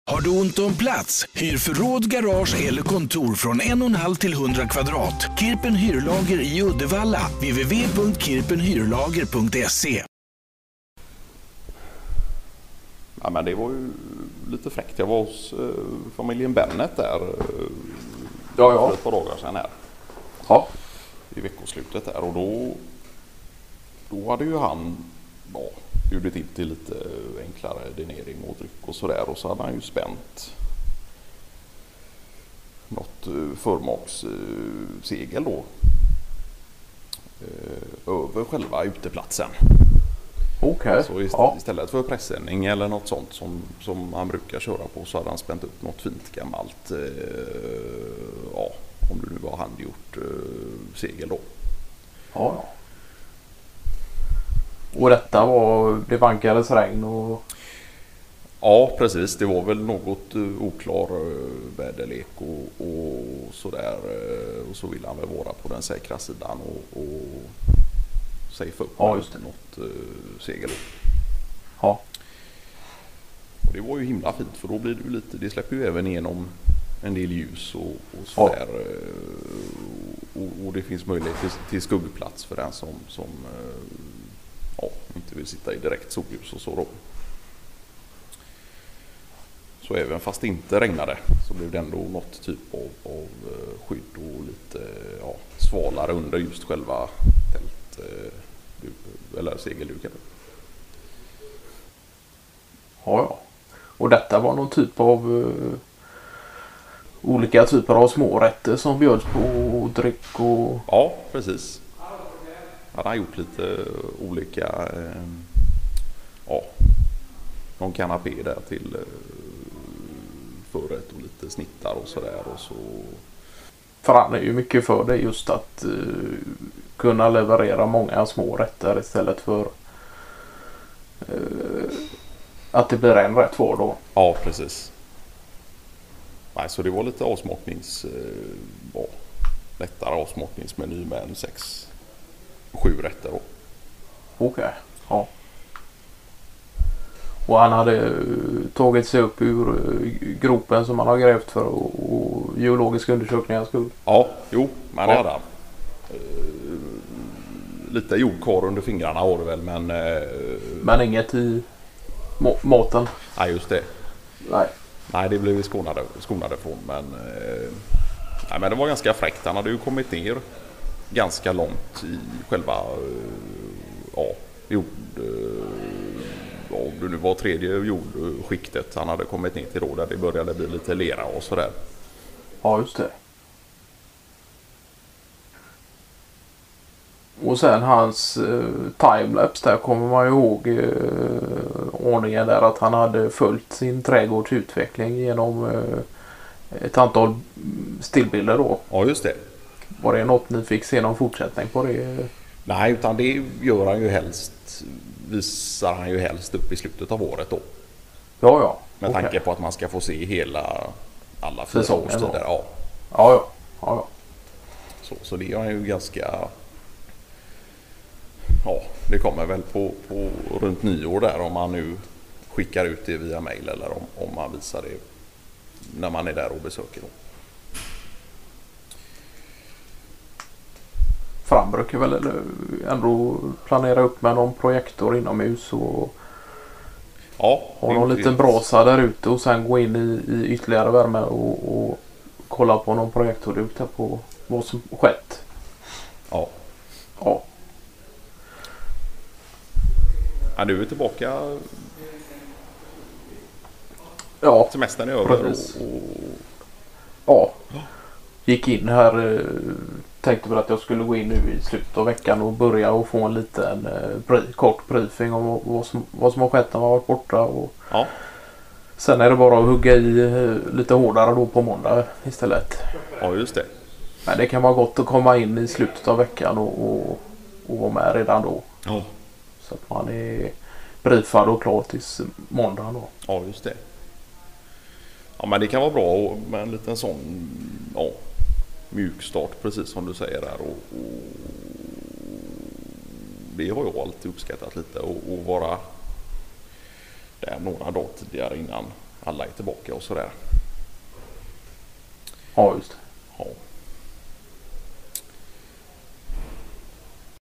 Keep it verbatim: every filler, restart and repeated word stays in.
Har du ont om plats? Hyr förråd, garage eller kontor från en och en halv till hundra kvadrat. Kirpen Hyrlager i Uddevalla. w w w punkt kirpen hyrlager punkt se. Ja, men det var ju lite fräckt. Jag var hos eh, familjen Bennet där eh, ja, ja. för ett par dagar sedan här. Ja. I veckoslutet där. Och då, då hade ju han ja, bjudit in till lite enklare dinering och dryck och sådär. Och så hade han ju spänt något eh, förmakssegel då. Eh, över själva uteplatsen. Okej. Okay. Så ist- ja. istället för pressändning eller något sånt som, som man brukar köra på så hade han spänt upp något fint gammalt, eh, ja, om det nu var handgjort eh, segel då. Ja. Och detta var, det vankades regn och... Ja, precis. Det var väl något uh, oklar uh, väderlek och, och sådär. Uh, och så ville han väl vara på den säkra sidan och, och safe upp ja, just det. något uh, segel. Ja. Och det var ju himla fint för då blir det ju lite, det släpper ju även igenom en del ljus och, och sådär. Ja. Uh, och, och det finns möjlighet till, till skuggplats för den som, som uh, ja, inte vill sitta i direkt solljus och så då. Så även fast det inte regnade så blev det ändå något typ av, av skydd och lite ja, svalare under just själva tält eller segelduken. Ja, ja. Och detta var någon typ av uh, olika typer av smårätter som bjöds på och dryck och... Ja, precis. Han har gjort lite olika eh, ja, någon kanapé där till eh, förrätt och lite snittar och sådär och så. För han är ju mycket för det just att uh, kunna leverera många små rätter istället för uh, att det blir en rätt var då. Ja, precis. Nej, så det var lite avsmaknings uh, ja, lättare avsmakningsmeny med en sex sju rätter då. Okej, okay. Ja. Och han hade tagit sig upp ur gropen som han har grävt för och, och geologiska undersökningar skull. Ja, jo, men det ja. hade han. Uh, lite jord kvar under fingrarna har det väl, men... Uh, men inget i må- maten? Nej, just det. Nej. Nej, det blev vi skonade, skonade från, men... Uh, nej, men det var ganska fräckt. Han hade ju kommit ner ganska långt i själva... Uh, ja, jord... Uh, om det nu var tredje jordskiktet han hade kommit ner till då, där det började bli lite lera och sådär. Ja, just det. Och sen hans eh, timelapse där kommer man ju ihåg eh, ordningen där att han hade följt sin trädgårds utveckling genom eh, ett antal stillbilder då. Ja, just det. Var det något ni fick se någon fortsättning på det? Nej, utan det gör han ju helst, visar han ju helst upp i slutet av året då. Ja, ja. Med okay. tanke på att man ska få se hela, alla fyra årstider. Ja. Ja, ja. ja, ja. Så, så det är han ju ganska... Ja, det kommer väl på, på runt nyår där om man nu skickar ut det via mail eller om, om man visar det när man är där och besöker då. Fram brukar väl ändå planera upp med någon projektor inomhus och ja, ha någon liten brasa där ute och sen gå in i, i ytterligare värme och, och kolla på någon projektorduk där på vad som skett. Ja. Ja. Ja, du är tillbaka. Ja. Semestern är över och, och... Ja. Gick in här, tänkte väl att jag skulle gå in nu i slutet av veckan och börja och få en liten bry, kort briefing om vad som, vad som har skett när man varit borta. Och ja. Sen är det bara att hugga i lite hårdare då på måndag istället. Ja, just det. Men det kan vara gott att komma in i slutet av veckan och, och, och vara med redan då. Ja. Så att man är briefad och klar tills måndag då. Ja, just det. Ja, men det kan vara bra med en liten sån ja, mjuk start, precis som du säger där. Och, och det har jag alltid uppskattat lite. Och, och vara där några dagar tidigare innan alla är tillbaka och sådär. Ja, just det.